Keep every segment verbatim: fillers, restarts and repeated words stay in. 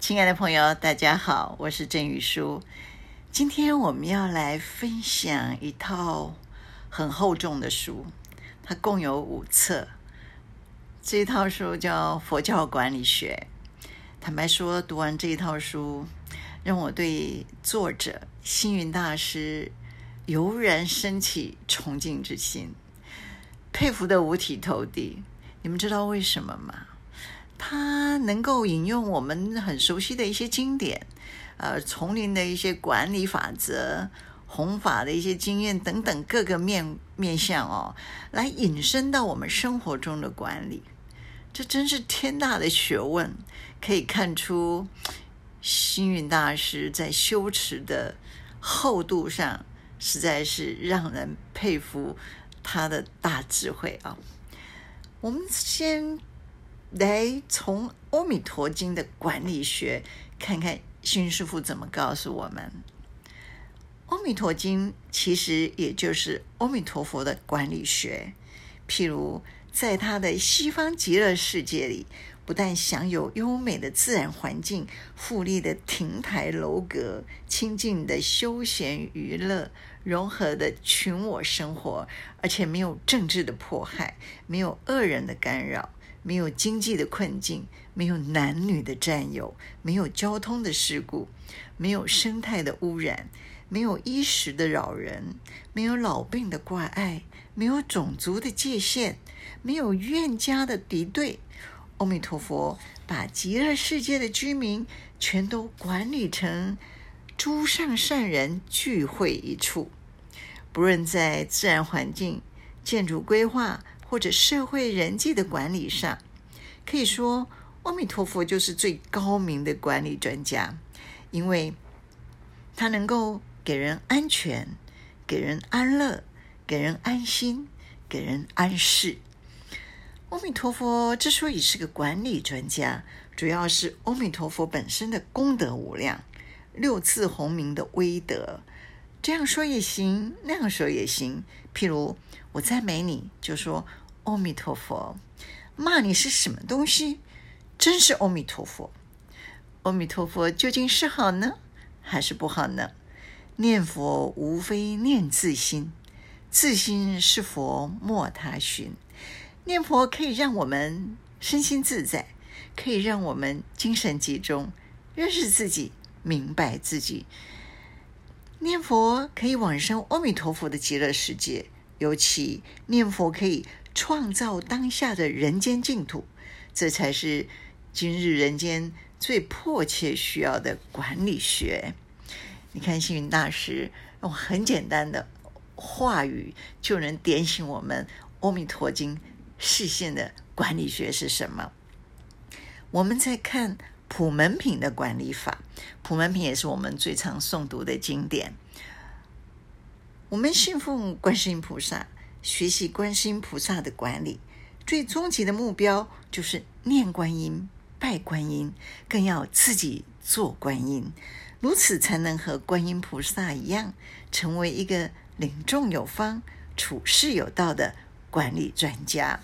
亲爱的朋友，大家好，我是郑宇书。今天我们要来分享一套很厚重的书，它共有五册。这一套书叫《佛教管理学》。坦白说，读完这一套书，让我对作者星云大师油然升起崇敬之心，佩服得五体投地。你们知道为什么吗？他能够引用我们很熟悉的一些经典，呃，丛林的一些管理法则、弘法的一些经验等等各个面面向哦，来引申到我们生活中的管理。这真是天大的学问，可以看出星云大师在修持的厚度上，实在是让人佩服他的大智慧啊！我们先来从《阿弥陀经》的管理学看看星云师父怎么告诉我们。《阿弥陀经》其实也就是阿弥陀佛的管理学。譬如在他的西方极乐世界里，不但享有优美的自然环境、富丽的亭台楼阁、清静的休闲娱乐、融合的群我生活，而且没有政治的迫害，没有恶人的干扰，没有经济的困境，没有男女的占有，没有交通的事故，没有生态的污染，没有衣食的扰人，没有老病的挂碍，没有种族的界限，没有怨家的敌对。阿弥陀佛把极乐世界的居民全都管理成诸上善人聚会一处，不论在自然环境、建筑规划或者社会人际的管理上，可以说阿弥陀佛就是最高明的管理专家，因为他能够给人安全，给人安乐，给人安心，给人安适。阿弥陀佛之所以是个管理专家，主要是阿弥陀佛本身的功德无量，六字洪名的威德。这样说也行，那样说也行。譬如我赞美你，就说阿弥陀佛；骂你是什么东西，真是阿弥陀佛。阿弥陀佛究竟是好呢，还是不好呢？念佛无非念自心，自心是佛莫他寻。念佛可以让我们身心自在，可以让我们精神集中，认识自己，明白自己。念佛可以往生阿弥陀佛的极乐世界，尤其念佛可以创造当下的人间净土，这才是今日人间最迫切需要的管理学。你看星云大师用很简单的话语就能点醒我们阿弥陀经视线的管理学是什么。我们在看普门品的管理法，普门品也是我们最常诵读的经典。我们信奉观世音菩萨，学习观世音菩萨的管理，最终极的目标就是念观音、拜观音，更要自己做观音，如此才能和观音菩萨一样，成为一个领众有方、处事有道的管理专家。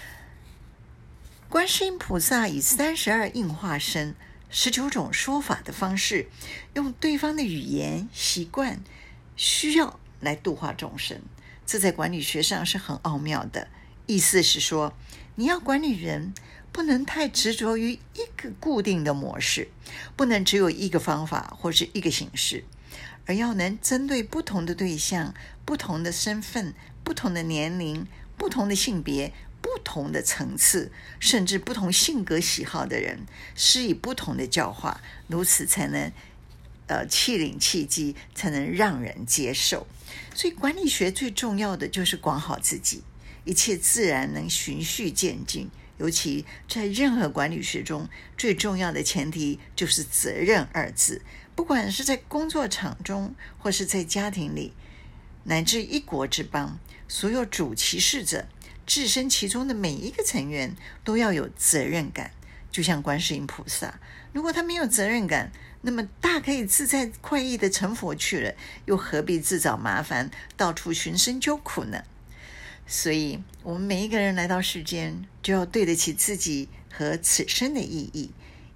观世音菩萨以三十二应化身、十九种说法的方式，用对方的语言、习惯、需要来度化众生。这在管理学上是很奥妙的。意思是说，你要管理人，不能太执着于一个固定的模式，不能只有一个方法或是一个形式，而要能针对不同的对象、不同的身份、不同的年龄、不同的性别、不同的层次，甚至不同性格喜好的人，施以不同的教化，如此才能呃气领气机，才能让人接受。所以管理学最重要的就是管好自己，一切自然能循序渐进。尤其在任何管理学中，最重要的前提就是责任二字。不管是在工作场中，或是在家庭里，乃至一国之邦，所有主其事者，置身其中的每一个成员都要有责任感。就像观世音菩萨，如果他没有责任感，那么大可以自在快意的成佛去了，又何必自找麻烦，到处寻声救苦呢？所以我们每一个人来到世间，就要对得起自己和此生的意义，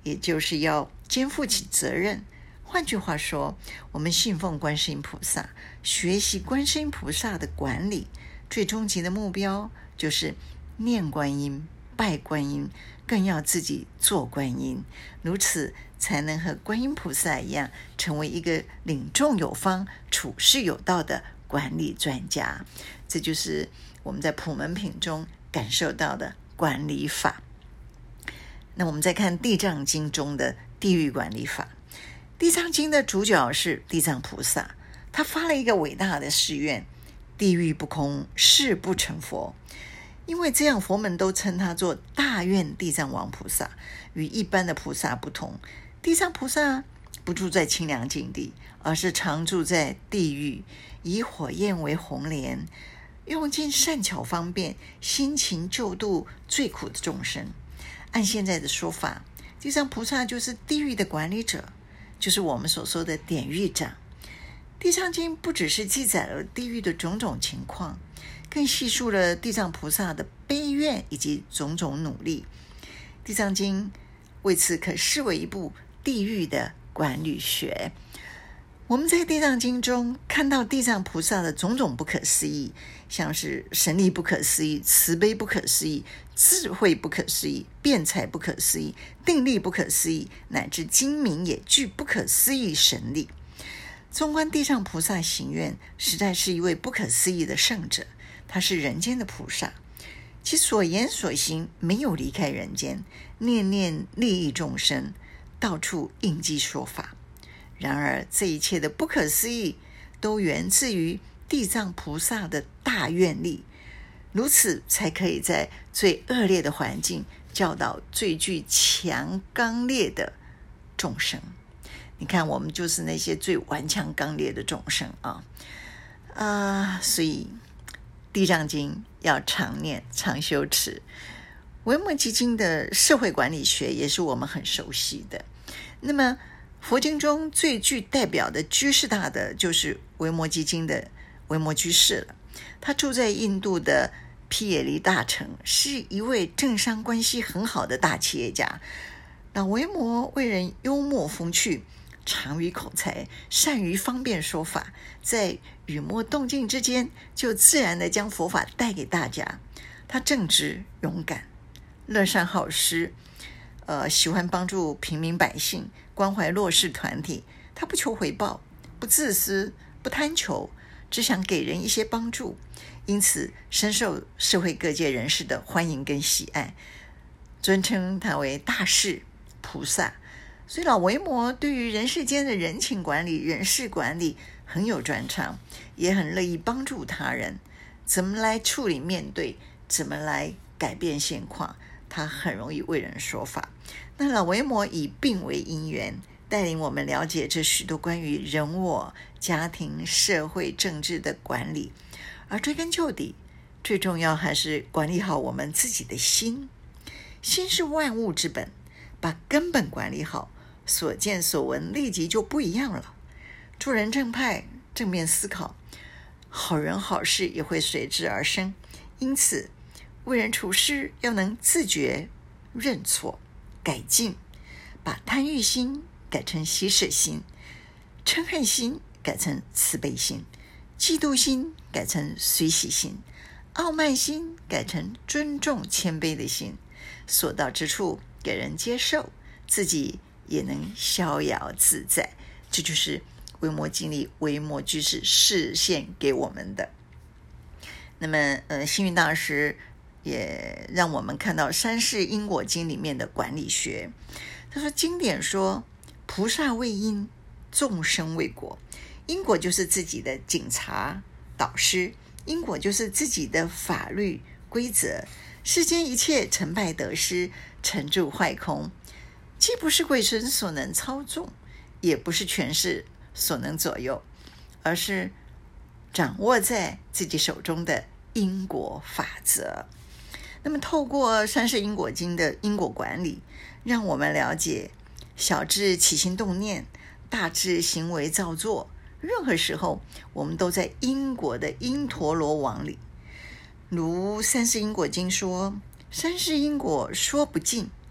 也就是要肩负起责任。换句话说，我们信奉观世音菩萨，学习观世音菩萨的管理，最终极的目标就是念观音、拜观音，更要自己做观音，如此才能和观音菩萨一样，成为一个领众有方、处事有道的管理专家。这就是我们在普门品中感受到的管理法。那我们再看地藏经中的地狱管理法。地藏经的主角是地藏菩萨，他发了一个伟大的誓愿：地狱不空，誓不成佛。因为这样，佛门都称他做大愿地藏王菩萨。与一般的菩萨不同，地藏菩萨不住在清凉净地，而是常住在地狱，以火焰为红莲，用尽善巧方便，辛勤救度最苦的众生。按现在的说法，地藏菩萨就是地狱的管理者，就是我们所说的典狱长。地藏经不只是记载了地狱的种种情况，更细述了地藏菩萨的悲愿以及种种努力。地藏经为此可视为一部地狱的管理学。我们在地藏经中看到地藏菩萨的种种不可思议，像是神力不可思议、慈悲不可思议、智慧不可思议、辩才不可思议、定力不可思议，乃至精明也具不可思议神力。纵观地藏菩萨行愿，实在是一位不可思议的圣者。他是人间的菩萨，其所言所行没有离开人间，念念利益众生，到处应机说法。然而这一切的不可思议都源自于地藏菩萨的大愿力，如此才可以在最恶劣的环境教导最具强刚烈的众生。你看，我们就是那些最顽强刚烈的众生啊！啊，所以地藏经要常念常修持。维摩诘经的社会管理学也是我们很熟悉的。那么佛经中最具代表的居士大德就是维摩诘经的维摩居士了。他住在印度的毗耶离大城，是一位政商关系很好的大企业家。老维摩为人幽默风趣，长于口才，善于方便说法，在语默动静之间就自然地将佛法带给大家。他正直勇敢，乐善好施，呃，喜欢帮助平民百姓，关怀弱势团体。他不求回报，不自私，不贪求，只想给人一些帮助，因此深受社会各界人士的欢迎跟喜爱，尊称他为大士菩萨。所以老维摩对于人世间的人情管理、人事管理很有专长，也很乐意帮助他人。怎么来处理面对，怎么来改变现况，他很容易为人说法。那老维摩以病为因缘，带领我们了解这许多关于人我、家庭、社会、政治的管理。而追根究底，最重要还是管理好我们自己的心。心是万物之本，把根本管理好，所见所闻立即就不一样了。做人正派，正面思考，好人好事也会随之而生。因此为人处事要能自觉认错改进，把贪欲心改成喜舍心，嗔恨心改成慈悲心，嫉妒心改成随喜心，傲慢心改成尊重谦卑的心，所到之处给人接受，自己也能逍遥自在。这就是维摩经里维摩居士示现给我们的。那么呃，星云大师也让我们看到三世因果经里面的管理学。他说，经典说菩萨为因，众生为果。因果就是自己的警察导师，因果就是自己的法律规则。世间一切成败得失，成住坏空，既不是鬼神所能操纵，也不是权势所能左右，而是掌握在自己手中的因果法则。那么透过三世因果经的因果管理，让我们了解小至起心动念，大至行为造作，任何时候我们都在因果的因陀罗网里。如三世因果经说，三世因果说不尽，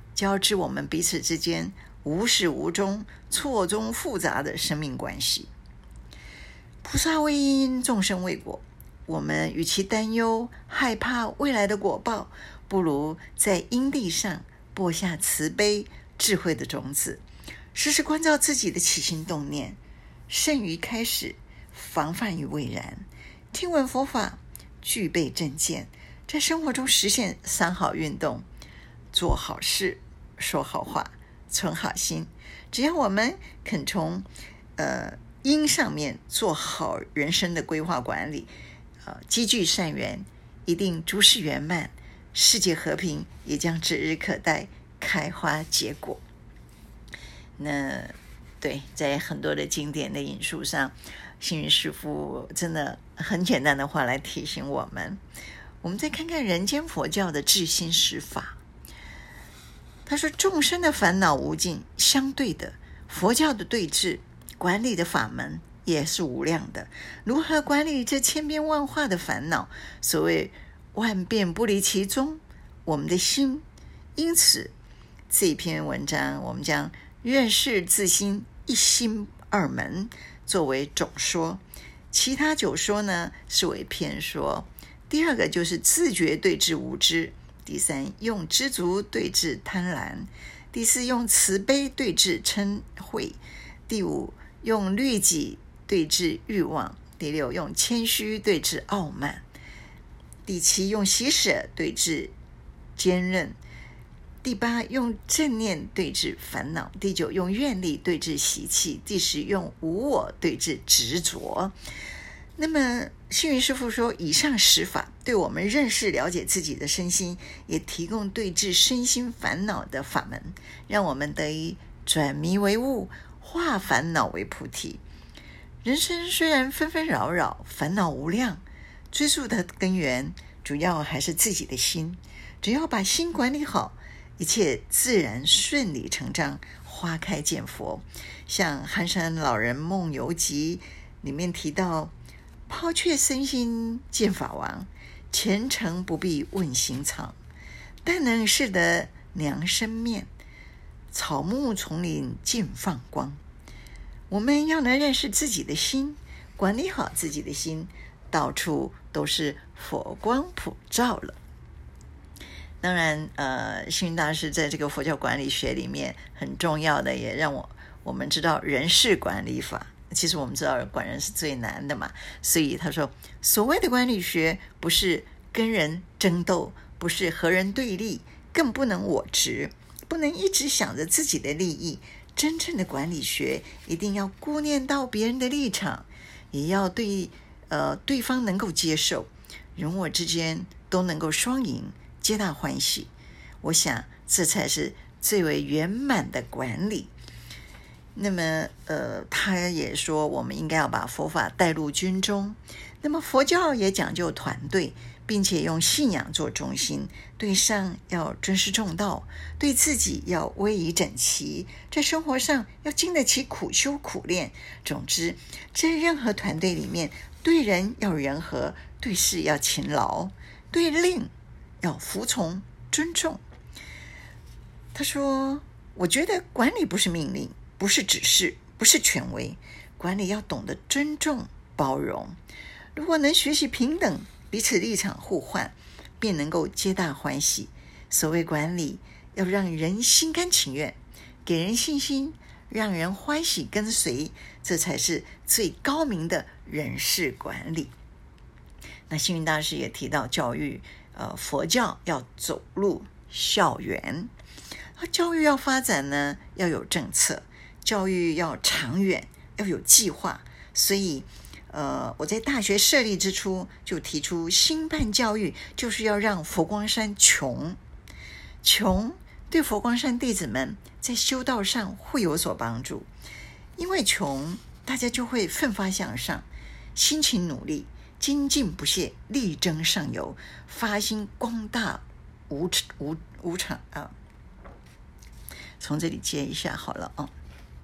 交织我们彼此之间无始无终、错综复杂的生命关系。菩萨为因，众生为果。我们与其担忧、害怕未来的果报，不如在因地上播下慈悲、智慧的种子，时时关照自己的起心动念，胜于开始，防范于未然。听闻佛法，具备正见，在生活中实现三好运动：做好事、说好话、存好心。只要我们肯从呃因上面做好人生的规划管理，呃积聚善缘，一定诸事圆满，世界和平也将指日可待，开花结果。那对，在很多的经典的引述上，星云师父真的很简单的话来提醒我们。我们再看看人间佛教的治心十法。他说，众生的烦恼无尽，相对的佛教的对治管理的法门也是无量的。如何管理这千变万化的烦恼？所谓万变不离其宗，我们的心。因此这篇文章我们将认识自心一心二门作为总说，其他九说呢是为偏说。第二个就是自觉对治无知，第三用知足对治贪婪，第四用慈悲对治嗔恚，第五用律己对治欲望，第六用谦虚对治傲慢，第七用喜舍对治坚韧，第八用正念对治烦恼，第九用愿力对治习气，第十用无我对治执着。那么星云师父说，以上十法对我们认识了解自己的身心，也提供对治身心烦恼的法门，让我们得以转迷为悟，化烦恼为菩提。人生虽然纷纷扰扰，烦恼无量，追溯的根源主要还是自己的心。只要把心管理好，一切自然顺理成章，花开见佛。像寒山老人梦游集里面提到，抛却身心见法王，前程不必问心藏，但能识得量身面，草木丛林尽放光。我们要能认识自己的心，管理好自己的心，到处都是佛光普照了。当然呃，星云大师在这个佛教管理学里面很重要的，也让我我们知道人事管理法。其实我们知道管人是最难的嘛，所以他说，所谓的管理学不是跟人争斗，不是和人对立，更不能我执，不能一直想着自己的利益。真正的管理学一定要顾念到别人的立场，也要对呃对方能够接受，人我之间都能够双赢，皆大欢喜。我想这才是最为圆满的管理。那么呃，他也说我们应该要把佛法带入军中。那么佛教也讲究团队，并且用信仰做中心，对上要尊师重道，对自己要威仪整齐，在生活上要经得起苦修苦练。总之，在任何团队里面，对人要人和，对事要勤劳，对令要服从尊重。他说，我觉得管理不是命令，不是指示，不是权威，管理要懂得尊重包容。如果能学习平等，彼此立场互换，便能够皆大欢喜。所谓管理，要让人心甘情愿，给人信心，让人欢喜跟随，这才是最高明的人事管理。那星云大师也提到教育，呃，佛教要走入校园，教育要发展呢，要有政策，教育要长远，要有计划。所以呃，我在大学设立之初就提出，兴办教育就是要让佛光山穷，穷对佛光山弟子们在修道上会有所帮助。因为穷，大家就会奋发向上，辛勤努力，精进不懈，力争上游，发心光大无无无常啊。从这里接一下好了啊。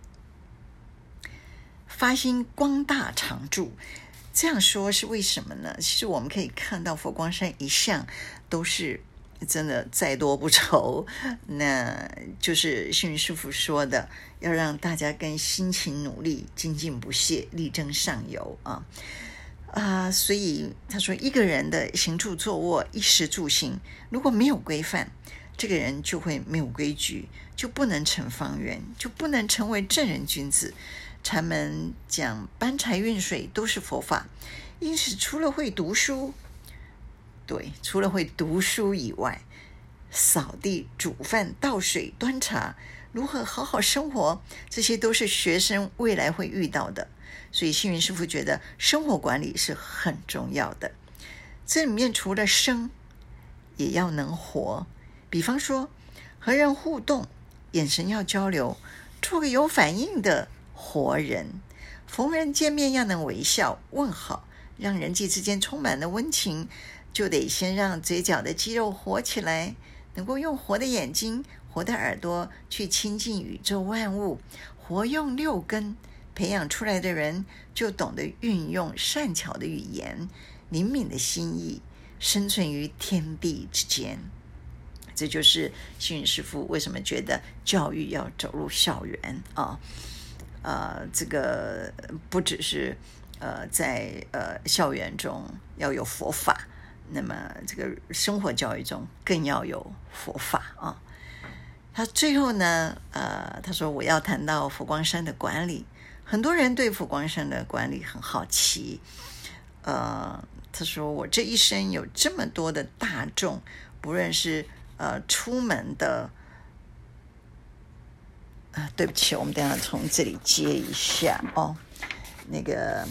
发心光大常住，这样说是为什么呢？其实我们可以看到佛光山一向都是真的再多不愁，那就是星云师父说的，要让大家跟辛勤努力、精进不懈、力争上游啊啊！所以他说，一个人的行住坐卧、衣食住行，如果没有规范，这个人就会没有规矩，就不能成方圆，就不能成为正人君子。禅门讲搬柴运水都是佛法，因此除了会读书。对，除了会读书以外，扫地、煮饭、倒水、端茶，如何好好生活，这些都是学生未来会遇到的。所以星云师父觉得生活管理是很重要的。这里面除了生，也要能活。比方说，和人互动，眼神要交流，做个有反应的活人。逢人见面要能微笑问好，让人际之间充满了温情。就得先让嘴角的肌肉活起来，能够用活的眼睛、活的耳朵去亲近宇宙万物，活用六根，培养出来的人就懂得运用善巧的语言、灵敏的心意，生存于天地之间。这就是星云师父为什么觉得教育要走入校园啊，呃，这个不只是呃在呃校园中要有佛法。那么这个生活教育中更要有佛法啊。他最后呢，呃，他说我要谈到佛光山的管理。很多人对佛光山的管理很好奇，呃，他说我这一生有这么多的大众，不论是呃出门的，啊、呃，对不起，我们等一下从这里接一下哦，那个。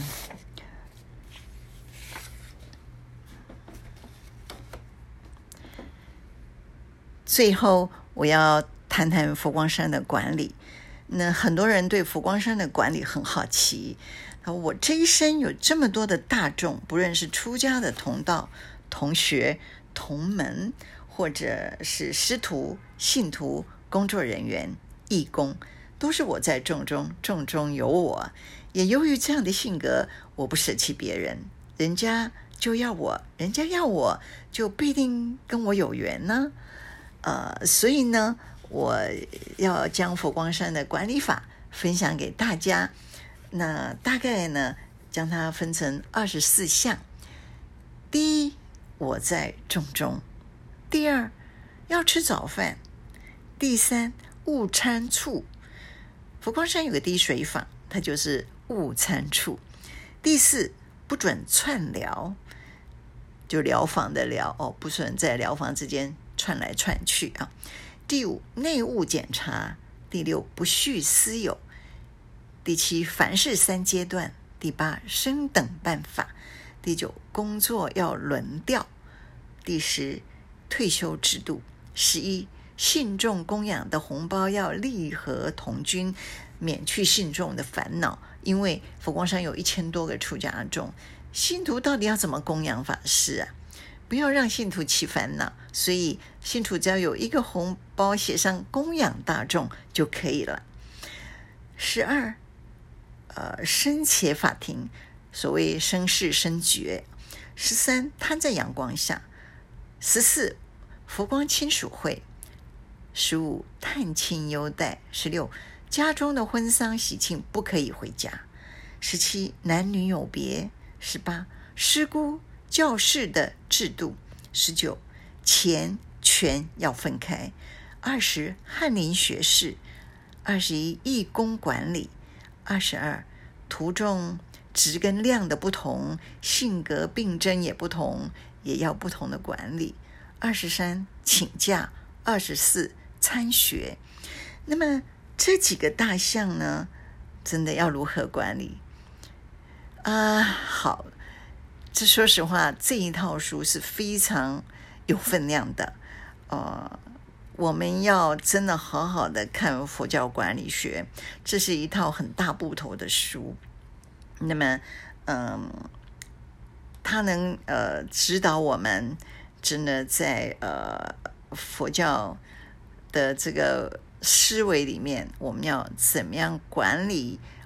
最后我要谈谈佛光山的管理。那很多人对佛光山的管理很好奇，我这一生有这么多的大众，不论是出家的同道、同学、同门，或者是师徒、信徒、工作人员、义工，都是我在众中，众中有我。也由于这样的性格，我不舍弃别人，人家就要我，人家要我就必定跟我有缘呢。呃，所以呢，我要将佛光山的管理法分享给大家。那大概呢，将它分成二十四项。第一，我在众中；第二，要吃早饭；第三，勿参处。佛光山有个滴水坊，它就是勿参处。第四，不准串寮，就寮房的寮哦，不准在寮房之间串来串去啊。第五，内务检查。第六，不续私有。第七，凡事三阶段。第八，升等办法。第九，工作要轮调。第十，退休制度。十一，信众供养的红包要利合同均，免去信众的烦恼。因为佛光山有一千多个出家众，信徒到底要怎么供养法师啊？不要让信徒起烦恼，所以信徒只要有一个红包写上供养大众就可以了。十二，呃，生且法庭，所谓生事生觉。十三，摊在阳光下。十四，佛光亲属会。十五，探亲优待。十六，家中的婚丧喜庆不可以回家。十七，男女有别。十八，师姑教士的制度。十九，钱权要分开。二十，翰林学士。二十一，义工管理。二十二，徒众质跟量的不同，性格病症也不同，也要不同的管理。二十三，请假。二十四，参学。那么这几个大项呢，真的要如何管理啊？好，这说实话，这一套书是非常有分量的。呃，我们要真的好好的看佛教管理学，这是一套很大部头的书。那么，嗯，它能呃指导我们，真的在呃佛教的这个思维里面，我们要怎么样管理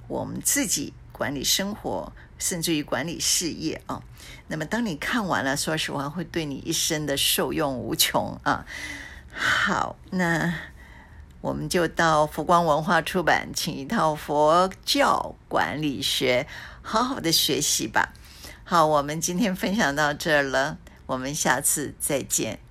我们自己管理生活，甚至于管理事业啊。那么当你看完了，说实话会对你一生的受用无穷啊。好，那我们就到佛光文化出版，请一套佛教管理学，好好的学习吧。好，我们今天分享到这儿了，我们下次再见。